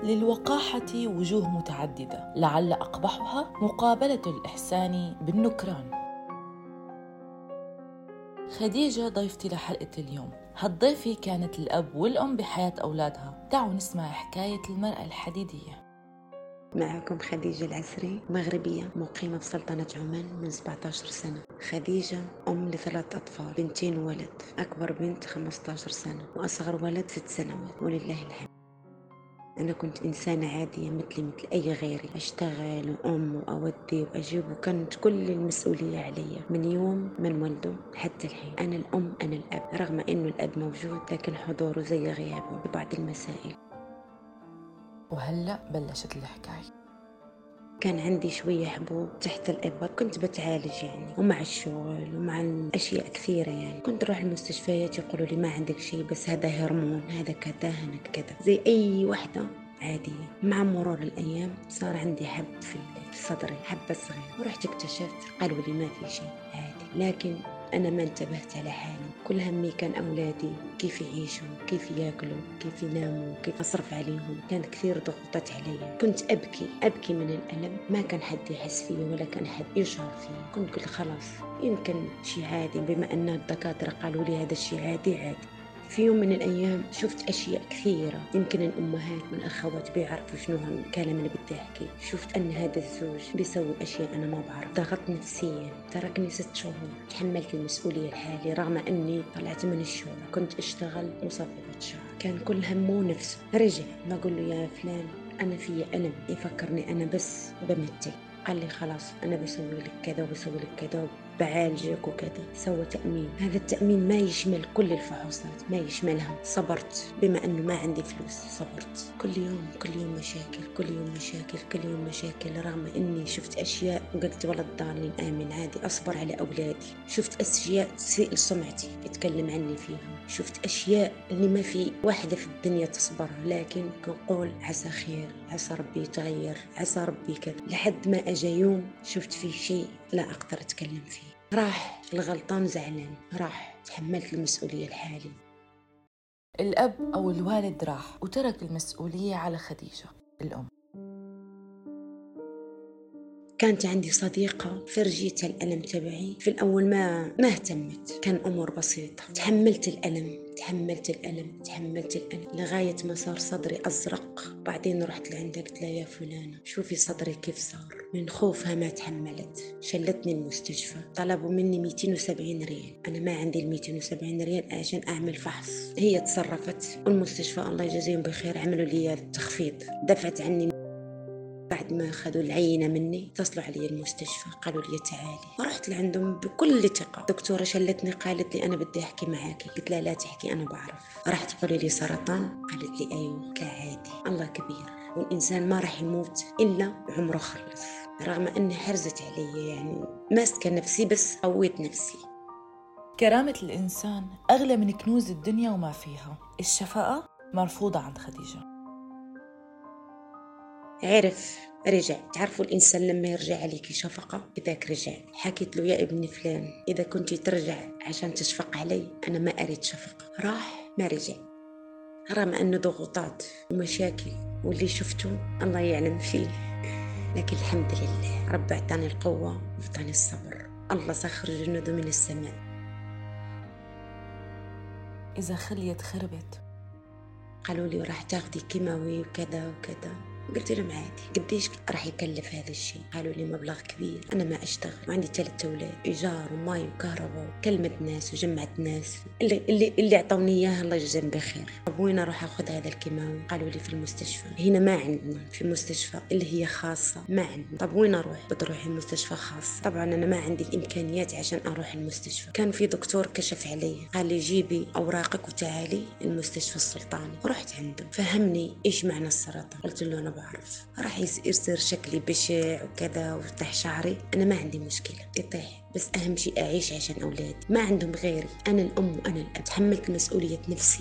للوقاحة وجوه متعددة، لعل أقبحها مقابلة الإحسان بالنكران. خديجة ضيفتي لحلقة اليوم. هالضيفة كانت الأب والأم بحياة أولادها. تعالوا نسمع حكاية المرأة الحديدية. معكم خديجة العسري، مغربية مقيمة بسلطنة عمان من 17 سنة. خديجة أم ل3 أطفال، بنتين وولد. أكبر بنت 15 سنة وأصغر ولد 6 سنوات، ولله الحمد. أنا كنت إنسانة عادية مثل أي غيري، أشتغل وأم وأودي وأجيب، وكانت كل المسؤولية علي من يوم من ولده حتى الحين. أنا الأم أنا الأب، رغم أنه الأب موجود لكن حضوره زي غيابه في بعض المسائل. وهلأ بلشت الحكاية. كان عندي شوية حبوب تحت الإبط، كنت بتعالج يعني، ومع الشغل ومع الأشياء كثيرة يعني. كنت أروح المستشفيات يقولوا لي ما عندك شيء، بس هذا هرمون، هذا كذا هنا كذا، زي أي وحدة عادية. مع مرور الأيام صار عندي حب في صدري، حبة صغيرة، ورحت اكتشفت قالوا لي ما في شيء عادي. لكن أنا ما انتبهت على حالي، كل همي كان أولادي، كيف يعيشوا، كيف يأكلوا، كيف يناموا، كيف أصرف عليهم. كان كثير ضغوطات علي، كنت أبكي من الألم. ما كان حد يحس فيه ولا كان حد يشعر فيه. كنت قلت خلاص يمكن شيء عادي، بما أن الدكاترة قالوا لي هذا الشيء عادي عادي. في يوم من الأيام شفت أشياء كثيرة، يمكن الأمهات والأخوات بيعرفوا شنو الكلام اللي بدي أحكي. شفت أن هذا الزوج بيسوي أشياء أنا ما بعرف. ضغط نفسيا، تركني 6 شهور. تحملت المسؤولية لحالي رغم أني طلعت من الشغل، كنت أشتغل مصففة شعر. كان كل همه نفسه. رجع بقول له يا فلان أنا في ألم يفكرني أنا بس بمثل. قال لي خلاص أنا بسوي لك كذا وبسوي لك كذا، بعالجك وكذا. سوى تأمين. هذا التأمين ما يشمل كل الفحوصات، ما يشملها. صبرت، بما أنه ما عندي فلوس صبرت. كل يوم مشاكل، كل يوم مشاكل، كل يوم مشاكل. رغم أني شفت أشياء وقلت ولا الضالين آمن، عادي أصبر على أولادي. شفت أشياء تسيء سمعتي يتكلم عني فيها. شفت أشياء اللي ما في واحدة في الدنيا تصبرها، لكن نقول عسى خير، عسى ربي يتغير، عسى ربي كذا. لحد ما أجا يوم شفت فيه شيء لا أقدر أتكلم فيه. راح الغلطان زعلان، راح تحملت المسؤولية لحالي. الأب أو الوالد راح وترك المسؤولية على خديجة الأم. كانت عندي صديقة فرجيتها الألم تبعي. في الأول ما اهتمت، كان أمور بسيطة. تحملت الألم لغاية ما صار صدري أزرق. بعدين رحت لعندها قلت لها يا فلانة شوفي صدري كيف صار. من خوفها ما تحملت، شلتني المستشفى. طلبوا مني 270 ريال. أنا ما عندي 270 ريال عشان أعمل فحص. هي تصرفت، والمستشفى الله يجزيهم بخير عملوا لي التخفيض، دفعت عني. بعد ما أخذوا العينة مني اتصلوا علي المستشفى، قالوا لي تعالي. ورحت لعندهم بكل ثقة. دكتورة شلتني قالت لي أنا بدي أحكي معاكي. قلت لها لا تحكي أنا بعرف. رحت قالوا لي سرطان. قالت لي أيوه كعادي، الله كبير، والإنسان ما راح يموت إلا عمره خلص. رغم أني حرزت علي يعني، ماسكة نفسي بس قويت نفسي. كرامة الإنسان أغلى من كنوز الدنيا وما فيها. الشفقة مرفوضة عند خديجة. عرف رجع. تعرفوا الإنسان لما يرجع عليك شفقة؟ إذاك رجع. حكيت له يا ابن فلان إذا كنت ترجع عشان تشفق علي أنا ما أريد شفقة. راح ما رجع، رغم أنه ضغوطات ومشاكل واللي شفته الله يعلم فيه. لكن الحمد لله رب أعطاني القوة وأعطاني الصبر. الله سخر جنوده من السماء. إذا خليت خربت. قالوا لي راح تاخدي كيماوي وكذا وكذا. قلت لهم عادي. قديش راح يكلف هذا الشيء؟ قالوا لي مبلغ كبير. أنا ما أشتغل وعندي 3 أولاد، إيجار وماي وكهرباء. كلمت ناس وجمعت ناس اللي أعطوني إياها الله يجزاهم بخير. طب وين أروح أخذ هذا الكيماوي؟ قالوا لي في المستشفى. هنا ما عندنا في مستشفى اللي هي خاصة، ما عندنا. طب وين أروح؟ بتروحي مستشفى خاص. طبعا أنا ما عندي الإمكانيات عشان أروح المستشفى. كان في دكتور كشف علي قال لي جيبي أوراقك وتعالي المستشفى السلطاني. رحت عنده فهمني إيش معنى السرطان. قلت له أنا بعرف. راح يصير شكلي بشع وكذا ويفتح شعري. أنا ما عندي مشكلة يطيح، بس أهم شيء أعيش عشان أولادي، ما عندهم غيري. أنا الأم وأنا الأب. تحملت مسؤولية نفسي.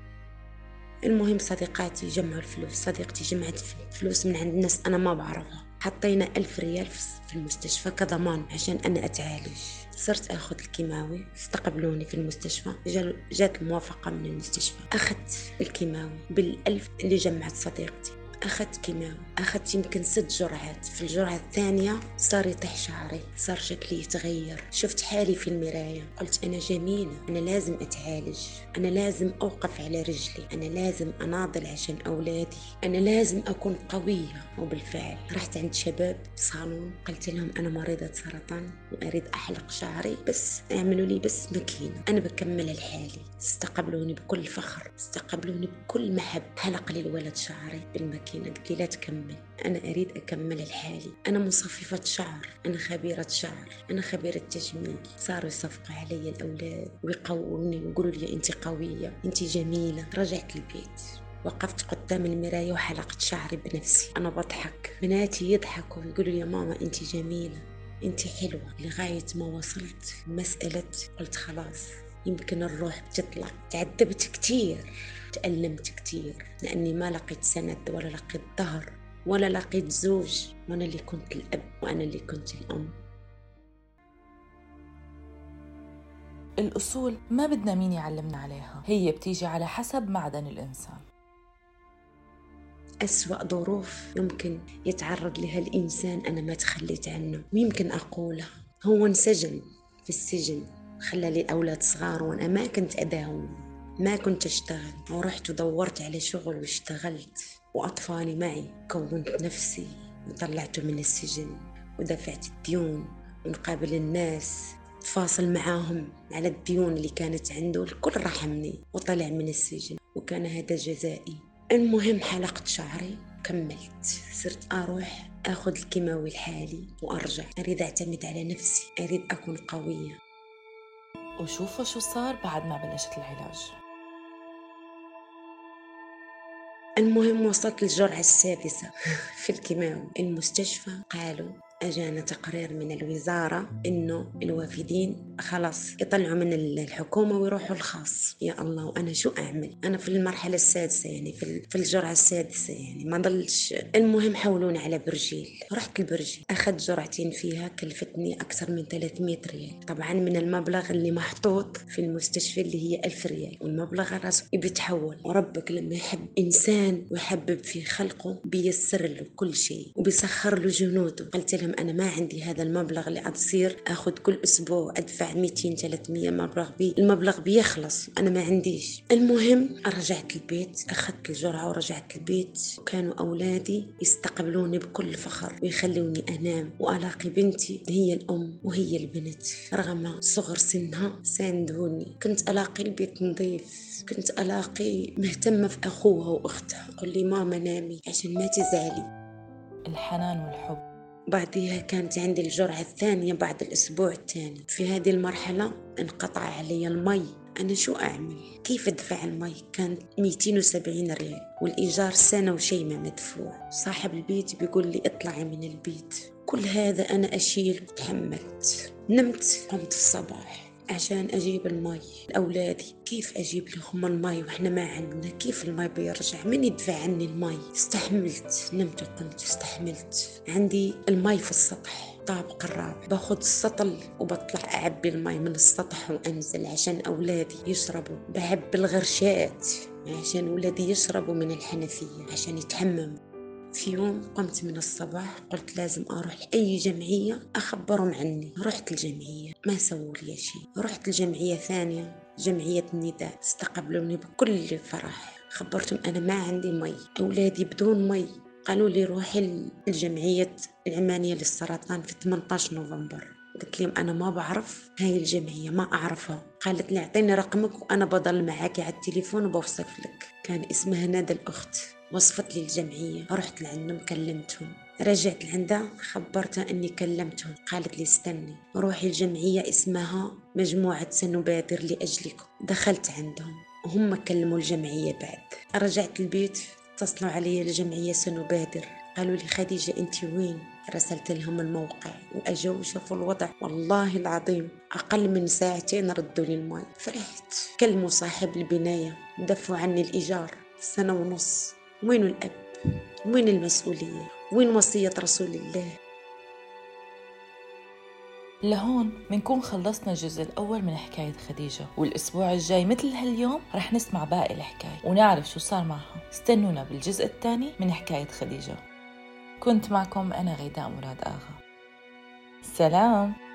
المهم صديقاتي جمعوا الفلوس. صديقتي جمعت فلوس من عند ناس أنا ما بعرفها. حطينا 1000 ريال في المستشفى كضمان عشان أنا أتعالج. صرت أخذ الكيماوي، استقبلوني في المستشفى، جات الموافقة من المستشفى. أخذت الكيماوي بالألف اللي جمعت صديقتي، أخذت كيماوي، أخذت يمكن 6 جرعات. في الجرعة الثانية صار يطيح شعري، صار شكلي يتغير، شفت حالي في المراية، قلت أنا جميلة، أنا لازم أتعالج، أنا لازم أوقف على رجلي، أنا لازم أناضل عشان أولادي، أنا لازم أكون قوية. وبالفعل رحت عند شباب صالون، قلت لهم أنا مريضة سرطان وأريد أحلق شعري، بس اعملوا لي بس ماكينة، أنا بكمل لحالي. استقبلوني بكل فخر، استقبلوني بكل محب. حلق لي الولد شعري بالماكينة، قلت لي لا تكمل، أنا أريد أكمل لحالي، أنا مصففة شعر، أنا خبيرة شعر، أنا خبيرة تجميل. صاروا يصفقوا علي الأولاد ويقووني ويقولوا لي أنت قوية، أنت جميلة. رجعت البيت، وقفت قدام المراية وحلقت شعري بنفسي، أنا بضحك، بناتي يضحكوا ويقولوا يا ماما أنت جميلة، أنت حلوة. لغاية ما وصلت مسألة قلت خلاص يمكن الروح بتطلع. تعذبت كتير، تألمت كتير، لأني ما لقيت سند ولا لقيت ظهر ولا لقيت زوج، وأنا اللي كنت الأب وأنا اللي كنت الأم. الأصول ما بدنا مين يعلمنا عليها، هي بتيجي على حسب معدن الإنسان. أسوأ ظروف يمكن يتعرض لها الإنسان أنا ما تخليت عنه، ويمكن أقولها. هو انسجن في السجن، خلى لي أولاد صغار وأنا ما كنت أداوم، ما كنت أشتغل، ورحت ودورت على شغل واشتغلت، وأطفالي معي، كونت نفسي وطلعته من السجن، ودفعت الديون، ونقابل الناس، تفاصل معاهم على الديون اللي كانت عنده. الكل رحمني وطلع من السجن، وكان هذا جزائي. المهم حلقت شعري، كملت، صرت أروح أخذ الكيماوي الحالي وأرجع. أريد أعتمد على نفسي، أريد أكون قوية. وشوفوا شو صار بعد ما بلشت العلاج. المهم وصلت للجرعة السادسة في الكيماوي. المستشفى قالوا أجانا تقرير من الوزارة إنه الوافدين خلاص يطلعوا من الحكومة ويروحوا الخاص. يا الله، وأنا شو أعمل؟ أنا في المرحلة السادسة، يعني في الجرعة السادسة، يعني ما ضلش. المهم حولوني على برجيل، رحت البرجيل، أخذت جرعتين فيها، كلفتني أكثر من 300 ريال. طبعا من المبلغ اللي محطوط في المستشفى اللي هي 1000 ريال، والمبلغ راسه بيتحول. وربك لما يحب إنسان ويحبب في خلقه بيسر له كل شيء وبيسخر له جنوده. قلت لهم أنا ما عندي هذا المبلغ اللي أصير أخذ كل أسبوع أدفع 200 300 المبلغ بيخلص، أنا ما عنديش. المهم رجعت البيت، أخذت الجرعة ورجعت البيت، وكانوا أولادي يستقبلوني بكل فخر ويخلوني أنام وألاقي بنتي هي الأم وهي البنت. رغم صغر سنها ساندوني، كنت ألاقي البيت نظيف، كنت ألاقي مهتمة في أخوها وأختها، قل لي ماما نامي عشان ما تزعلي. الحنان والحب. بعدها كانت عندي الجرعة الثانية بعد الأسبوع الثاني. في هذه المرحلة انقطع علي المي، أنا شو أعمل؟ كيف أدفع المي؟ كانت 270 ريال، والإيجار سنة وشي ما مدفوع. صاحب البيت بيقول لي اطلعي من البيت. كل هذا أنا أشيل وتحملت. نمت، قمت الصباح عشان أجيب المي لأولادي. كيف أجيب لهم المي وإحنا ما عندنا؟ كيف المي بيرجع؟ من يدفع عني المي؟ استحملت، نمت وقمت استحملت. عندي المي في السطح، طابق الرابع، باخذ السطل وبطلع أعبي المي من السطح وأنزل عشان أولادي يشربوا. بعبي الغرشات عشان أولادي يشربوا من الحنفية عشان يتحمموا. في يوم قمت من الصباح، قلت لازم أروح لأي جمعية أخبرهم عني. رحت الجمعية، ما سووا لي شيء. رحت الجمعية ثانية، جمعية النداء، استقبلوني بكل فرح. خبرتهم أنا ما عندي مي، أولادي بدون مي. قالوا لي روحي الجمعية العمانية للسرطان في 18 نوفمبر. قلت لهم أنا ما بعرف هاي الجمعية، ما أعرفها. قالت لي أعطيني رقمك وأنا بضل معاك على التليفون وبوصف لك. كان اسمها ندى الأخت، وصفت لي الجمعية. رحت لعندهم كلمتهم، رجعت لعندها خبرتها أني كلمتهم. قالت لي استني، روحي الجمعية اسمها مجموعة سنبادر لأجلكم. دخلت عندهم وهم كلموا الجمعية. بعد رجعت البيت اتصلوا علي الجمعية سنبادر، قالوا لي خديجة أنت وين؟ رسلت لهم الموقع وأجوا وشافوا الوضع. والله العظيم أقل من ساعتين ردوا لي الماء. فرحت، كلموا صاحب البناية، دفعوا عني الإيجار 1.5 سنة. وين الأب؟ وين المسؤولية؟ وين وصية رسول الله؟ لهون منكون خلصنا الجزء الأول من حكاية خديجة، والأسبوع الجاي مثل هاليوم رح نسمع باقي الحكاية ونعرف شو صار معها. استنونا بالجزء الثاني من حكاية خديجة. كنت معكم أنا غيداء مراد آغا. سلام.